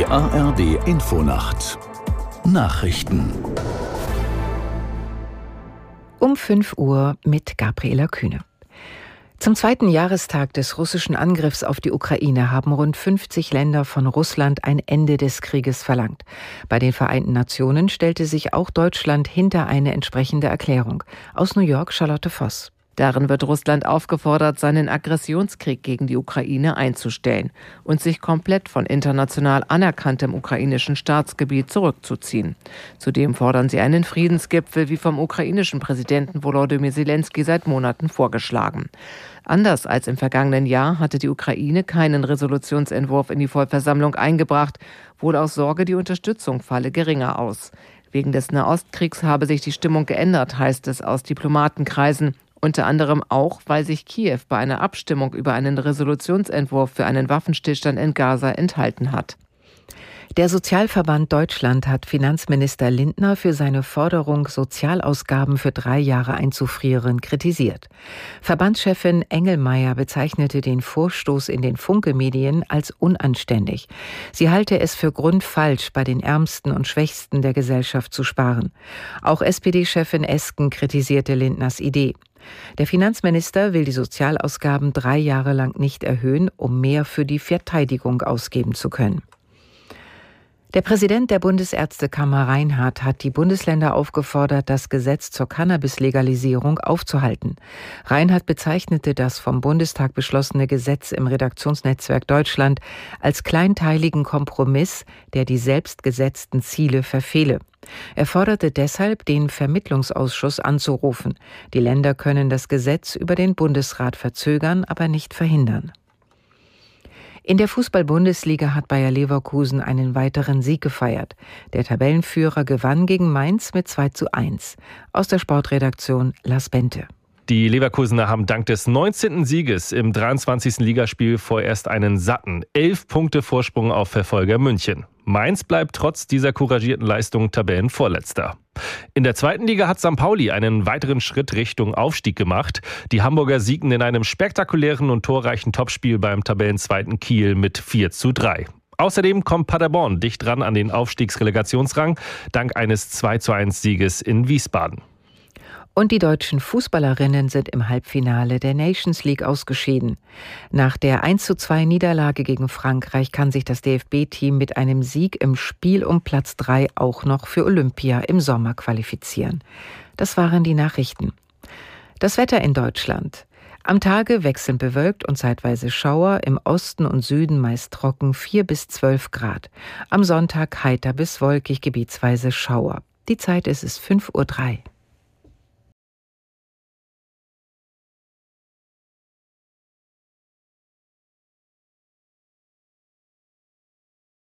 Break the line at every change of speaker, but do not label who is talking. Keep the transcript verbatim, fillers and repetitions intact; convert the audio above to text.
Die A R D-Infonacht Nachrichten
Um fünf Uhr mit Gabriela Kühne. Zum zweiten Jahrestag des russischen Angriffs auf die Ukraine haben rund fünfzig Länder von Russland ein Ende des Krieges verlangt. Bei den Vereinten Nationen stellte sich auch Deutschland hinter eine entsprechende Erklärung. Aus New York Charlotte Voss.
Darin wird Russland aufgefordert, seinen Aggressionskrieg gegen die Ukraine einzustellen und sich komplett von international anerkanntem ukrainischen Staatsgebiet zurückzuziehen. Zudem fordern sie einen Friedensgipfel, wie vom ukrainischen Präsidenten Volodymyr Zelensky seit Monaten vorgeschlagen. Anders als im vergangenen Jahr hatte die Ukraine keinen Resolutionsentwurf in die Vollversammlung eingebracht, wohl aus Sorge, die Unterstützung falle geringer aus. Wegen des Nahostkriegs habe sich die Stimmung geändert, heißt es aus Diplomatenkreisen. Unter anderem auch, weil sich Kiew bei einer Abstimmung über einen Resolutionsentwurf für einen Waffenstillstand in Gaza enthalten hat.
Der Sozialverband Deutschland hat Finanzminister Lindner für seine Forderung, Sozialausgaben für drei Jahre einzufrieren, kritisiert. Verbandschefin Engelmeier bezeichnete den Vorstoß in den Funke-Medien als unanständig. Sie halte es für grundfalsch, bei den Ärmsten und Schwächsten der Gesellschaft zu sparen. Auch S P D-Chefin Esken kritisierte Lindners Idee. Der Finanzminister will die Sozialausgaben drei Jahre lang nicht erhöhen, um mehr für die Verteidigung ausgeben zu können. Der Präsident der Bundesärztekammer Reinhardt hat die Bundesländer aufgefordert, das Gesetz zur Cannabis-Legalisierung aufzuhalten. Reinhardt bezeichnete das vom Bundestag beschlossene Gesetz im Redaktionsnetzwerk Deutschland als kleinteiligen Kompromiss, der die selbst gesetzten Ziele verfehle. Er forderte deshalb, den Vermittlungsausschuss anzurufen. Die Länder können das Gesetz über den Bundesrat verzögern, aber nicht verhindern. In der Fußball-Bundesliga hat Bayer Leverkusen einen weiteren Sieg gefeiert. Der Tabellenführer gewann gegen Mainz mit zwei zu eins. Aus der Sportredaktion Lars Bente.
Die Leverkusener haben dank des neunzehnten Sieges im dreiundzwanzigsten Ligaspiel vorerst einen satten elf Punkte Vorsprung auf Verfolger München. Mainz bleibt trotz dieser couragierten Leistung Tabellenvorletzter. In der zweiten Liga hat Sankt Pauli einen weiteren Schritt Richtung Aufstieg gemacht. Die Hamburger siegten in einem spektakulären und torreichen Topspiel beim Tabellenzweiten Kiel mit vier zu drei. Außerdem kommt Paderborn dicht dran an den Aufstiegsrelegationsrang, dank eines zwei zu eins Sieges in Wiesbaden.
Und die deutschen Fußballerinnen sind im Halbfinale der Nations League ausgeschieden. Nach der eins zu zwei Niederlage gegen Frankreich kann sich das D F B-Team mit einem Sieg im Spiel um Platz drei auch noch für Olympia im Sommer qualifizieren. Das waren die Nachrichten. Das Wetter in Deutschland. Am Tage wechselnd bewölkt und zeitweise Schauer, im Osten und Süden meist trocken, vier bis zwölf Grad. Am Sonntag heiter bis wolkig, gebietsweise Schauer. Die Zeit ist es fünf Uhr drei.